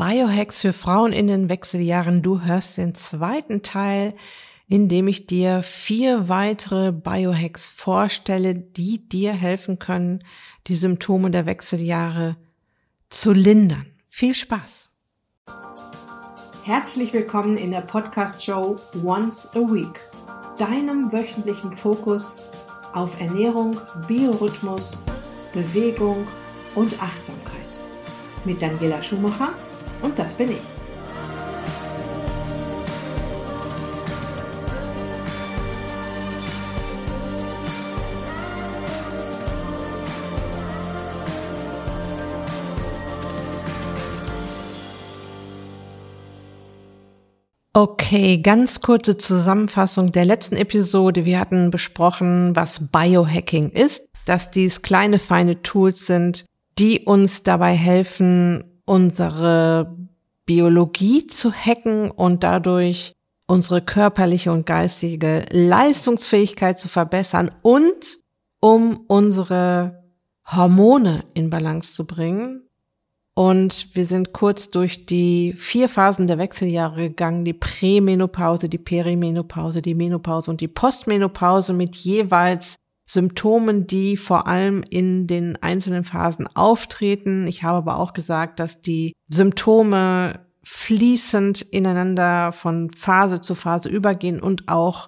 Biohacks für Frauen in den Wechseljahren. Du hörst den zweiten Teil, in dem ich dir 4 weitere Biohacks vorstelle, die dir helfen können, die Symptome der Wechseljahre zu lindern. Viel Spaß! Herzlich willkommen in der Podcast-Show Once a Week, deinem wöchentlichen Fokus auf Ernährung, Biorhythmus, Bewegung und Achtsamkeit. Mit Daniela Schumacher und das bin ich. Okay, ganz kurze Zusammenfassung der letzten Episode. Wir hatten besprochen, was Biohacking ist, dass dies kleine, feine Tools sind, die uns dabei helfen, unsere Biologie zu hacken und dadurch unsere körperliche und geistige Leistungsfähigkeit zu verbessern und um unsere Hormone in Balance zu bringen. Und wir sind kurz durch die 4 Phasen der Wechseljahre gegangen, die Prämenopause, die Perimenopause, die Menopause und die Postmenopause mit jeweils Symptomen, die vor allem in den einzelnen Phasen auftreten. Ich habe aber auch gesagt, dass die Symptome fließend ineinander von Phase zu Phase übergehen und auch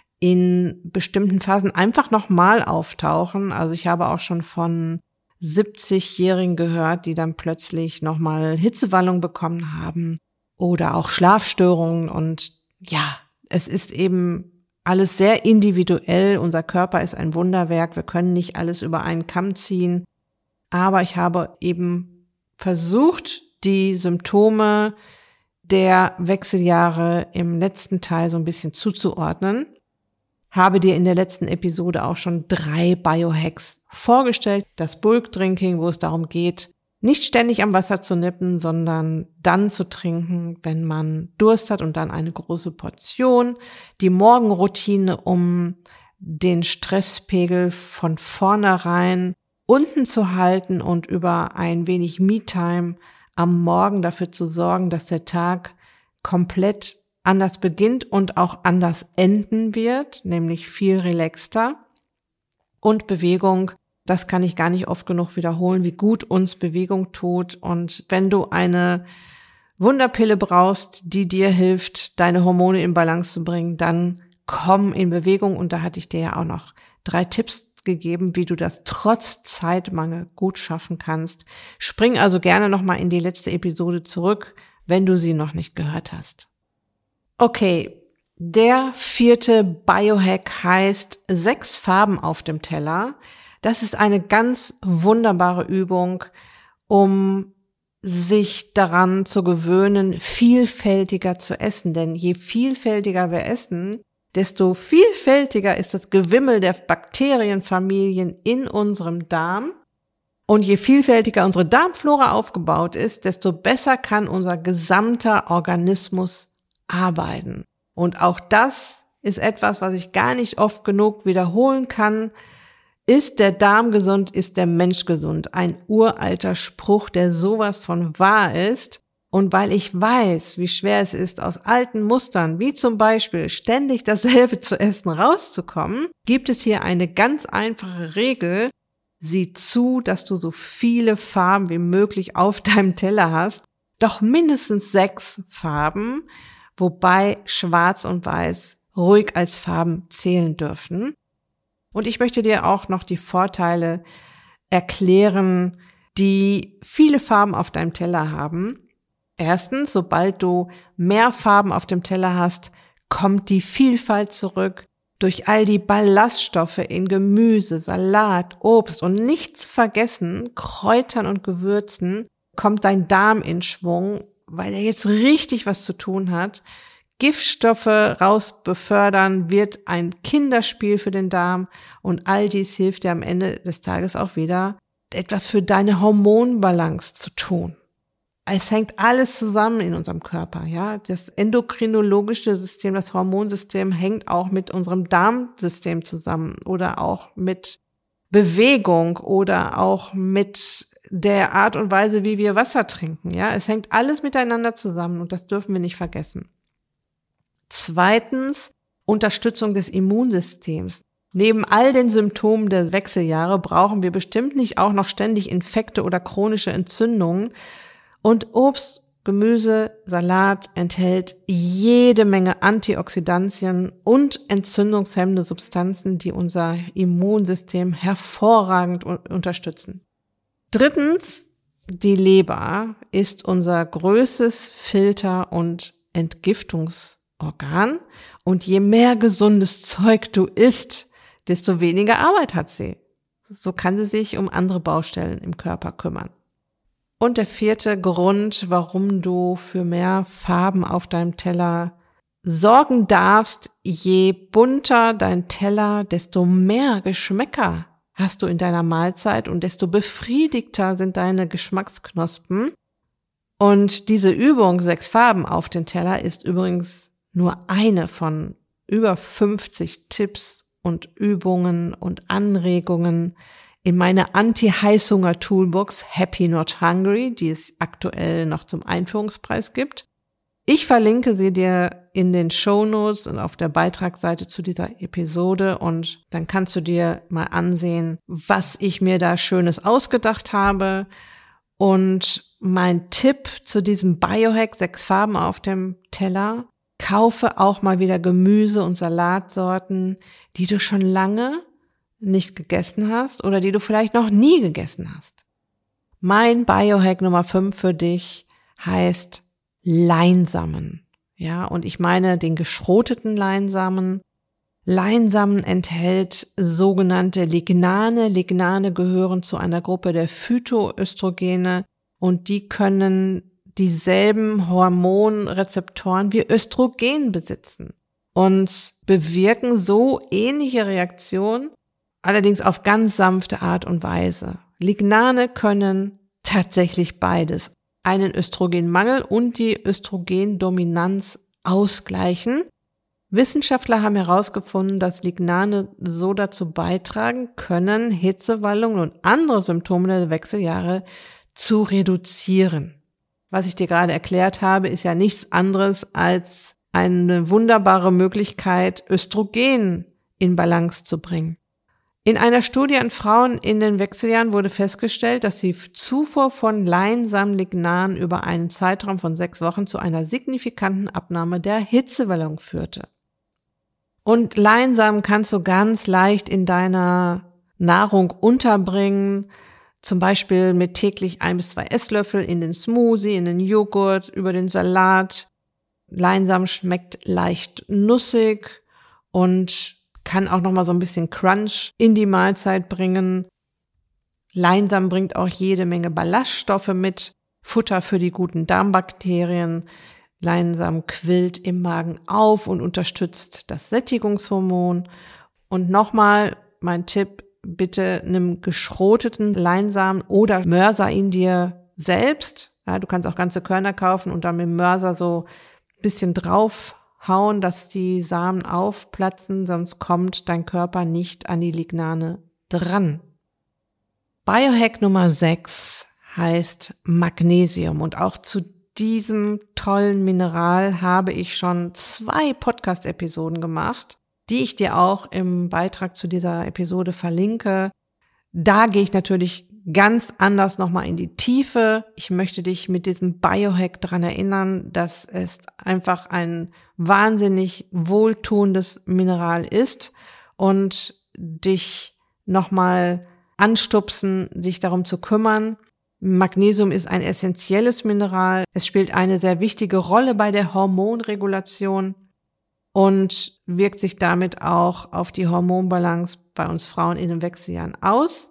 in bestimmten Phasen einfach nochmal auftauchen. Also ich habe auch schon von 70-Jährigen gehört, die dann plötzlich nochmal Hitzewallung bekommen haben oder auch Schlafstörungen. Und ja, es ist eben alles sehr individuell. Unser Körper ist ein Wunderwerk. Wir können nicht alles über einen Kamm ziehen. Aber ich habe eben versucht, die Symptome der Wechseljahre im letzten Teil so ein bisschen zuzuordnen. Habe dir in der letzten Episode auch schon 3 Biohacks vorgestellt. Das Bulk Drinking, wo es darum geht, nicht ständig am Wasser zu nippen, sondern dann zu trinken, wenn man Durst hat und dann eine große Portion. Die Morgenroutine, um den Stresspegel von vornherein unten zu halten und über ein wenig Me-Time am Morgen dafür zu sorgen, dass der Tag komplett anders beginnt und auch anders enden wird, nämlich viel relaxter. Und Bewegung, das kann ich gar nicht oft genug wiederholen, wie gut uns Bewegung tut. Und wenn du eine Wunderpille brauchst, die dir hilft, deine Hormone in Balance zu bringen, dann komm in Bewegung. Und da hatte ich dir ja auch noch 3 Tipps gegeben, wie du das trotz Zeitmangel gut schaffen kannst. Spring also gerne nochmal in die letzte Episode zurück, wenn du sie noch nicht gehört hast. Okay, der 4. Biohack heißt 6 Farben auf dem Teller. Das ist eine ganz wunderbare Übung, um sich daran zu gewöhnen, vielfältiger zu essen. Denn je vielfältiger wir essen, desto vielfältiger ist das Gewimmel der Bakterienfamilien in unserem Darm. Und je vielfältiger unsere Darmflora aufgebaut ist, desto besser kann unser gesamter Organismus arbeiten. Und auch das ist etwas, was ich gar nicht oft genug wiederholen kann. Ist der Darm gesund, ist der Mensch gesund. Ein uralter Spruch, der sowas von wahr ist. Und weil ich weiß, wie schwer es ist, aus alten Mustern, wie zum Beispiel ständig dasselbe zu essen, rauszukommen, gibt es hier eine ganz einfache Regel. Sieh zu, dass du so viele Farben wie möglich auf deinem Teller hast. Doch mindestens 6 Farben, wobei Schwarz und Weiß ruhig als Farben zählen dürfen. Und ich möchte dir auch noch die Vorteile erklären, die viele Farben auf deinem Teller haben. Erstens, sobald du mehr Farben auf dem Teller hast, kommt die Vielfalt zurück. Durch all die Ballaststoffe in Gemüse, Salat, Obst und nichts vergessen, Kräutern und Gewürzen, kommt dein Darm in Schwung, weil er jetzt richtig was zu tun hat. Giftstoffe raus befördern wird ein Kinderspiel für den Darm und all dies hilft dir am Ende des Tages auch wieder, etwas für deine Hormonbalance zu tun. Es hängt alles zusammen in unserem Körper, ja. Das endokrinologische System, das Hormonsystem hängt auch mit unserem Darmsystem zusammen oder auch mit Bewegung oder auch mit der Art und Weise, wie wir Wasser trinken. Ja, es hängt alles miteinander zusammen und das dürfen wir nicht vergessen. Zweitens, Unterstützung des Immunsystems. Neben all den Symptomen der Wechseljahre brauchen wir bestimmt nicht auch noch ständig Infekte oder chronische Entzündungen. Und Obst, Gemüse, Salat enthält jede Menge Antioxidantien und entzündungshemmende Substanzen, die unser Immunsystem hervorragend unterstützen. Drittens, die Leber ist unser größtes Filter- und Entgiftungsorgan. Und je mehr gesundes Zeug du isst, desto weniger Arbeit hat sie. So kann sie sich um andere Baustellen im Körper kümmern. Und der vierte Grund, warum du für mehr Farben auf deinem Teller sorgen darfst: je bunter dein Teller, desto mehr Geschmäcker hast du in deiner Mahlzeit und desto befriedigter sind deine Geschmacksknospen. Und diese Übung 6 Farben auf den Teller ist übrigens nur eine von über 50 Tipps und Übungen und Anregungen in meiner Anti-Heißhunger-Toolbox Happy Not Hungry, die es aktuell noch zum Einführungspreis gibt. Ich verlinke sie dir in den Shownotes und auf der Beitragsseite zu dieser Episode und dann kannst du dir mal ansehen, was ich mir da Schönes ausgedacht habe. Und mein Tipp zu diesem Biohack 6 Farben auf dem Teller: kaufe auch mal wieder Gemüse- und Salatsorten, die du schon lange nicht gegessen hast oder die du vielleicht noch nie gegessen hast. Mein Biohack Nummer 5 für dich heißt Leinsamen. Ja, und ich meine den geschroteten Leinsamen. Leinsamen enthält sogenannte Lignane. Lignane gehören zu einer Gruppe der Phytoöstrogene und die können dieselben Hormonrezeptoren wie Östrogen besitzen und bewirken so ähnliche Reaktionen, allerdings auf ganz sanfte Art und Weise. Lignane können tatsächlich beides: einen Östrogenmangel und die Östrogendominanz ausgleichen. Wissenschaftler haben herausgefunden, dass Lignane so dazu beitragen können, Hitzewallungen und andere Symptome der Wechseljahre zu reduzieren. Was ich dir gerade erklärt habe, ist ja nichts anderes als eine wunderbare Möglichkeit, Östrogen in Balance zu bringen. In einer Studie an Frauen in den Wechseljahren wurde festgestellt, dass die Zufuhr von Leinsamen-Lignan über einen Zeitraum von 6 Wochen zu einer signifikanten Abnahme der Hitzewallung führte. Und Leinsamen kannst du ganz leicht in deiner Nahrung unterbringen, zum Beispiel mit täglich 1 bis 2 Esslöffel in den Smoothie, in den Joghurt, über den Salat. Leinsamen schmeckt leicht nussig und kann auch nochmal so ein bisschen Crunch in die Mahlzeit bringen. Leinsamen bringt auch jede Menge Ballaststoffe mit, Futter für die guten Darmbakterien. Leinsamen quillt im Magen auf und unterstützt das Sättigungshormon. Und nochmal mein Tipp: bitte nimm geschroteten Leinsamen oder mörser ihn dir selbst. Ja, du kannst auch ganze Körner kaufen und dann mit dem Mörser so ein bisschen draufhauen, dass die Samen aufplatzen, sonst kommt dein Körper nicht an die Lignane dran. Biohack Nummer 6 heißt Magnesium und auch zu diesem tollen Mineral habe ich schon 2 Podcast-Episoden gemacht, die ich dir auch im Beitrag zu dieser Episode verlinke. Da gehe ich natürlich ganz anders nochmal in die Tiefe. Ich möchte dich mit diesem Biohack daran erinnern, dass es einfach ein wahnsinnig wohltuendes Mineral ist und dich nochmal anstupsen, dich darum zu kümmern. Magnesium ist ein essentielles Mineral. Es spielt eine sehr wichtige Rolle bei der Hormonregulation und wirkt sich damit auch auf die Hormonbalance bei uns Frauen in den Wechseljahren aus.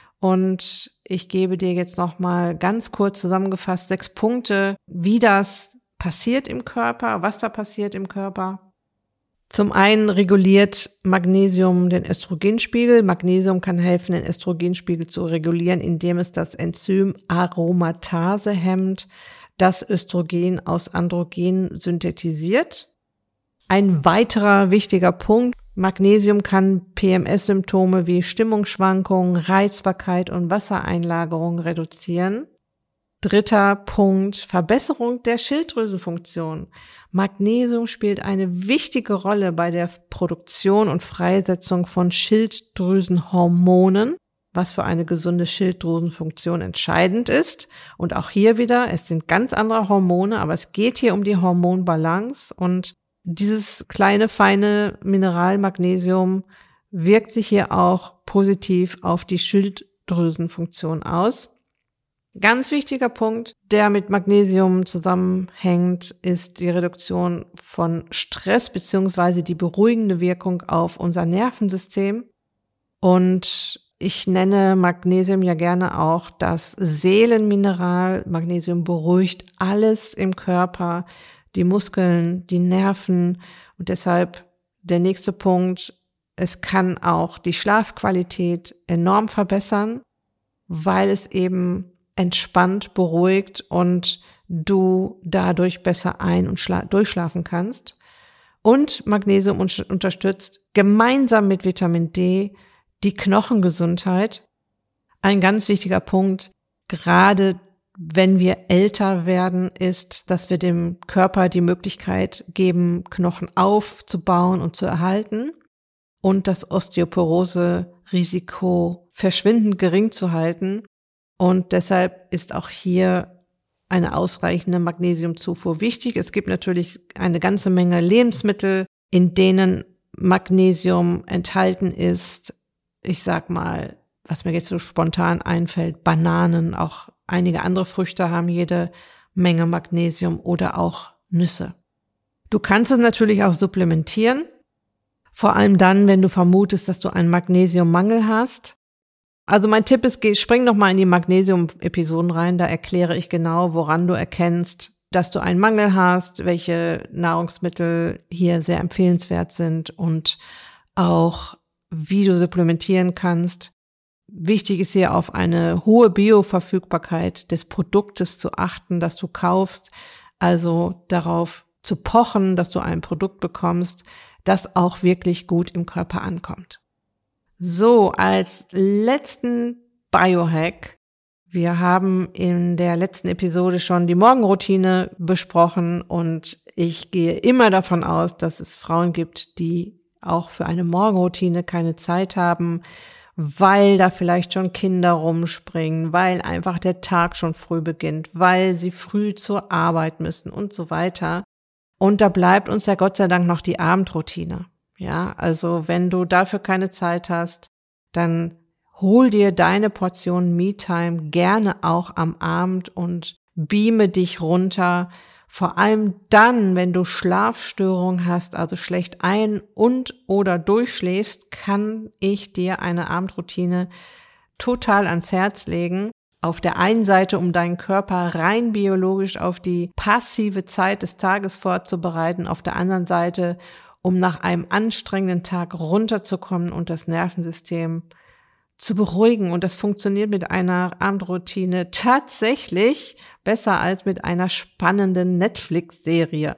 Und ich gebe dir jetzt nochmal ganz kurz zusammengefasst 6 Punkte, wie das passiert im Körper, was da passiert im Körper. Zum einen reguliert Magnesium den Östrogenspiegel. Magnesium kann helfen, den Östrogenspiegel zu regulieren, indem es das Enzym Aromatase hemmt, das Östrogen aus Androgen synthetisiert. Ein weiterer wichtiger Punkt: Magnesium kann PMS-Symptome wie Stimmungsschwankungen, Reizbarkeit und Wassereinlagerung reduzieren. 3. Punkt, Verbesserung der Schilddrüsenfunktion. Magnesium spielt eine wichtige Rolle bei der Produktion und Freisetzung von Schilddrüsenhormonen, was für eine gesunde Schilddrüsenfunktion entscheidend ist. Und auch hier wieder, es sind ganz andere Hormone, aber es geht hier um die Hormonbalance und dieses kleine, feine Mineral Magnesium wirkt sich hier auch positiv auf die Schilddrüsenfunktion aus. Ganz wichtiger Punkt, der mit Magnesium zusammenhängt, ist die Reduktion von Stress bzw. die beruhigende Wirkung auf unser Nervensystem. Und ich nenne Magnesium ja gerne auch das Seelenmineral. Magnesium beruhigt alles im Körper, die Muskeln, die Nerven. Und deshalb der nächste Punkt, es kann auch die Schlafqualität enorm verbessern, weil es eben entspannt, beruhigt und du dadurch besser ein- und durchschlafen kannst. Und Magnesium unterstützt gemeinsam mit Vitamin D die Knochengesundheit. Ein ganz wichtiger Punkt, gerade wenn wir älter werden, ist, dass wir dem Körper die Möglichkeit geben, Knochen aufzubauen und zu erhalten und das Osteoporose-Risiko verschwindend gering zu halten. Und deshalb ist auch hier eine ausreichende Magnesiumzufuhr wichtig. Es gibt natürlich eine ganze Menge Lebensmittel, in denen Magnesium enthalten ist. Ich sag mal, was mir jetzt so spontan einfällt, Bananen, auch einige andere Früchte haben jede Menge Magnesium oder auch Nüsse. Du kannst es natürlich auch supplementieren, vor allem dann, wenn du vermutest, dass du einen Magnesiummangel hast. Also mein Tipp ist, spring noch mal in die Magnesium-Episoden rein, da erkläre ich genau, woran du erkennst, dass du einen Mangel hast, welche Nahrungsmittel hier sehr empfehlenswert sind und auch, wie du supplementieren kannst. Wichtig ist hier auf eine hohe Bioverfügbarkeit des Produktes zu achten, das du kaufst, also darauf zu pochen, dass du ein Produkt bekommst, das auch wirklich gut im Körper ankommt. So, als letzten Biohack, wir haben in der letzten Episode schon die Morgenroutine besprochen und ich gehe immer davon aus, dass es Frauen gibt, die auch für eine Morgenroutine keine Zeit haben, weil da vielleicht schon Kinder rumspringen, weil einfach der Tag schon früh beginnt, weil sie früh zur Arbeit müssen und so weiter. Und da bleibt uns ja Gott sei Dank noch die Abendroutine. Ja, also wenn du dafür keine Zeit hast, dann hol dir deine Portion Me-Time gerne auch am Abend und beame dich runter. Vor allem dann, wenn du Schlafstörungen hast, also schlecht ein- und oder durchschläfst, kann ich dir eine Abendroutine total ans Herz legen. Auf der einen Seite, um deinen Körper rein biologisch auf die passive Zeit des Tages vorzubereiten, auf der anderen Seite, um nach einem anstrengenden Tag runterzukommen und das Nervensystem zu beruhigen. Und das funktioniert mit einer Abendroutine tatsächlich besser als mit einer spannenden Netflix-Serie.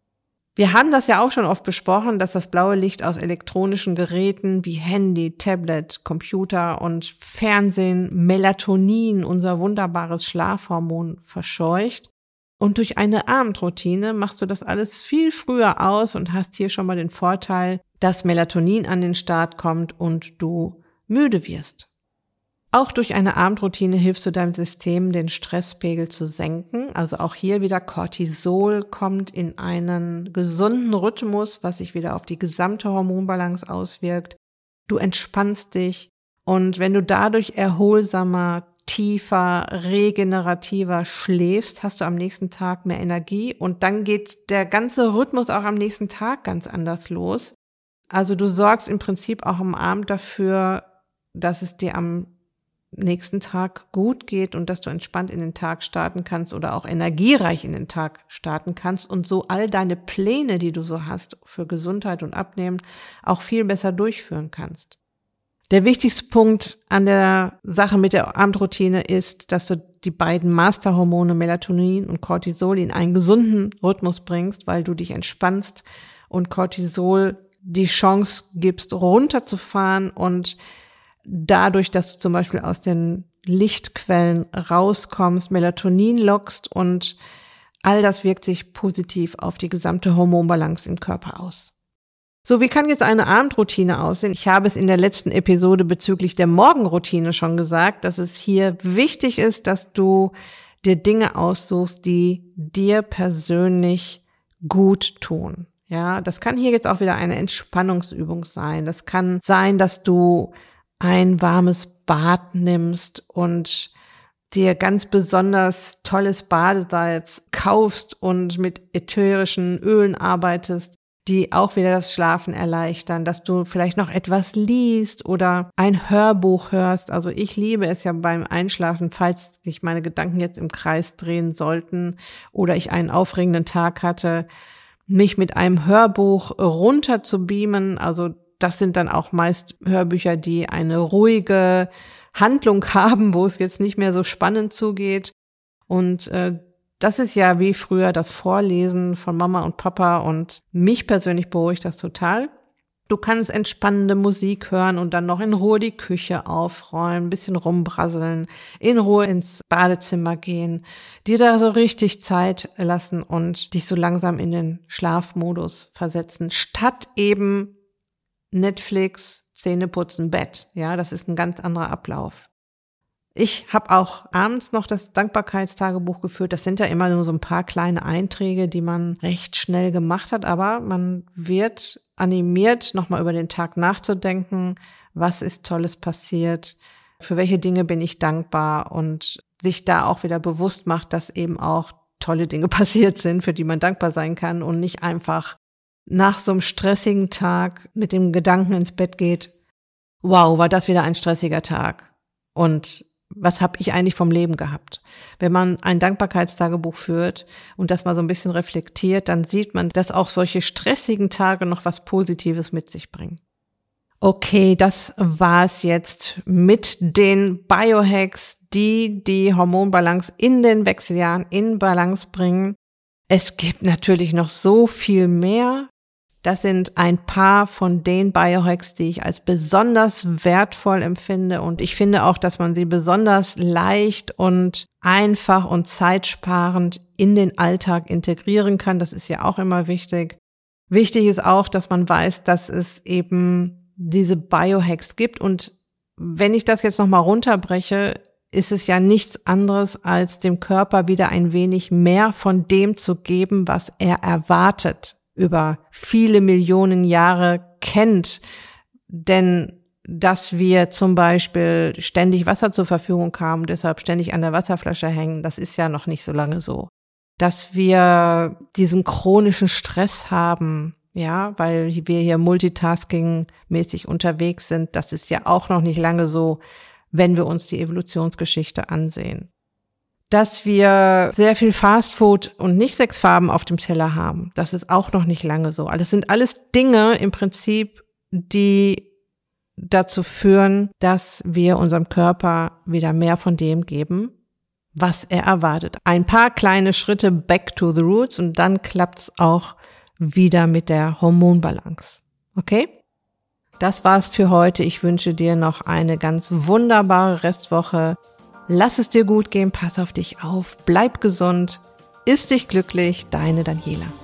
Wir haben das ja auch schon oft besprochen, dass das blaue Licht aus elektronischen Geräten wie Handy, Tablet, Computer und Fernsehen Melatonin, unser wunderbares Schlafhormon, verscheucht. Und durch eine Abendroutine machst du das alles viel früher aus und hast hier schon mal den Vorteil, dass Melatonin an den Start kommt und du müde wirst. Auch durch eine Abendroutine hilfst du deinem System, den Stresspegel zu senken. Also auch hier wieder Cortisol kommt in einen gesunden Rhythmus, was sich wieder auf die gesamte Hormonbalance auswirkt. Du entspannst dich und wenn du dadurch erholsamer, tiefer, regenerativer schläfst, hast du am nächsten Tag mehr Energie und dann geht der ganze Rhythmus auch am nächsten Tag ganz anders los. Also du sorgst im Prinzip auch am Abend dafür, dass es dir am nächsten Tag gut geht und dass du entspannt in den Tag starten kannst oder auch energiereich in den Tag starten kannst und so all deine Pläne, die du so hast für Gesundheit und Abnehmen, auch viel besser durchführen kannst. Der wichtigste Punkt an der Sache mit der Abendroutine ist, dass du die beiden Masterhormone Melatonin und Cortisol in einen gesunden Rhythmus bringst, weil du dich entspannst und Cortisol die Chance gibst, runterzufahren und dadurch, dass du zum Beispiel aus den Lichtquellen rauskommst, Melatonin lockst und all das wirkt sich positiv auf die gesamte Hormonbalance im Körper aus. So, wie kann jetzt eine Abendroutine aussehen? Ich habe es in der letzten Episode bezüglich der Morgenroutine schon gesagt, dass es hier wichtig ist, dass du dir Dinge aussuchst, die dir persönlich gut tun. Ja, das kann hier jetzt auch wieder eine Entspannungsübung sein. Das kann sein, dass du ein warmes Bad nimmst und dir ganz besonders tolles Badesalz kaufst und mit ätherischen Ölen arbeitest, die auch wieder das Schlafen erleichtern, dass du vielleicht noch etwas liest oder ein Hörbuch hörst. Also ich liebe es ja beim Einschlafen, falls sich meine Gedanken jetzt im Kreis drehen sollten oder ich einen aufregenden Tag hatte, mich mit einem Hörbuch runter zu beamen. Also das sind dann auch meist Hörbücher, die eine ruhige Handlung haben, wo es jetzt nicht mehr so spannend zugeht. Und das ist ja wie früher das Vorlesen von Mama und Papa und mich persönlich beruhigt das total. Du kannst entspannende Musik hören und dann noch in Ruhe die Küche aufräumen, ein bisschen rumbrasseln, in Ruhe ins Badezimmer gehen, dir da so richtig Zeit lassen und dich so langsam in den Schlafmodus versetzen, statt eben Netflix, Zähneputzen, Bett. Ja, das ist ein ganz anderer Ablauf. Ich habe auch abends noch das Dankbarkeitstagebuch geführt. Das sind ja immer nur so ein paar kleine Einträge, die man recht schnell gemacht hat, aber man wird animiert, nochmal über den Tag nachzudenken, was ist Tolles passiert, für welche Dinge bin ich dankbar und sich da auch wieder bewusst macht, dass eben auch tolle Dinge passiert sind, für die man dankbar sein kann und nicht einfach nach so einem stressigen Tag mit dem Gedanken ins Bett geht, wow, war das wieder ein stressiger Tag und was habe ich eigentlich vom Leben gehabt? Wenn man ein Dankbarkeitstagebuch führt und das mal so ein bisschen reflektiert, dann sieht man, dass auch solche stressigen Tage noch was Positives mit sich bringen. Okay, das war's jetzt mit den Biohacks, die die Hormonbalance in den Wechseljahren in Balance bringen. Es gibt natürlich noch so viel mehr. Das sind ein paar von den Biohacks, die ich als besonders wertvoll empfinde. Und ich finde auch, dass man sie besonders leicht und einfach und zeitsparend in den Alltag integrieren kann. Das ist ja auch immer wichtig. Wichtig ist auch, dass man weiß, dass es eben diese Biohacks gibt. Und wenn ich das jetzt nochmal runterbreche, ist es ja nichts anderes, als dem Körper wieder ein wenig mehr von dem zu geben, was er erwartet, über viele Millionen Jahre kennt. Denn dass wir zum Beispiel ständig Wasser zur Verfügung haben, deshalb ständig an der Wasserflasche hängen, das ist ja noch nicht so lange so. Dass wir diesen chronischen Stress haben, ja, weil wir hier multitasking-mäßig unterwegs sind, das ist ja auch noch nicht lange so, wenn wir uns die Evolutionsgeschichte ansehen. Dass wir sehr viel Fastfood und nicht 6 Farben auf dem Teller haben, das ist auch noch nicht lange so. Das sind alles Dinge im Prinzip, die dazu führen, dass wir unserem Körper wieder mehr von dem geben, was er erwartet. Ein paar kleine Schritte back to the roots und dann klappt's auch wieder mit der Hormonbalance. Okay? Das war's für heute. Ich wünsche dir noch eine ganz wunderbare Restwoche. Lass es dir gut gehen, pass auf dich auf, bleib gesund, iss dich glücklich, deine Daniela.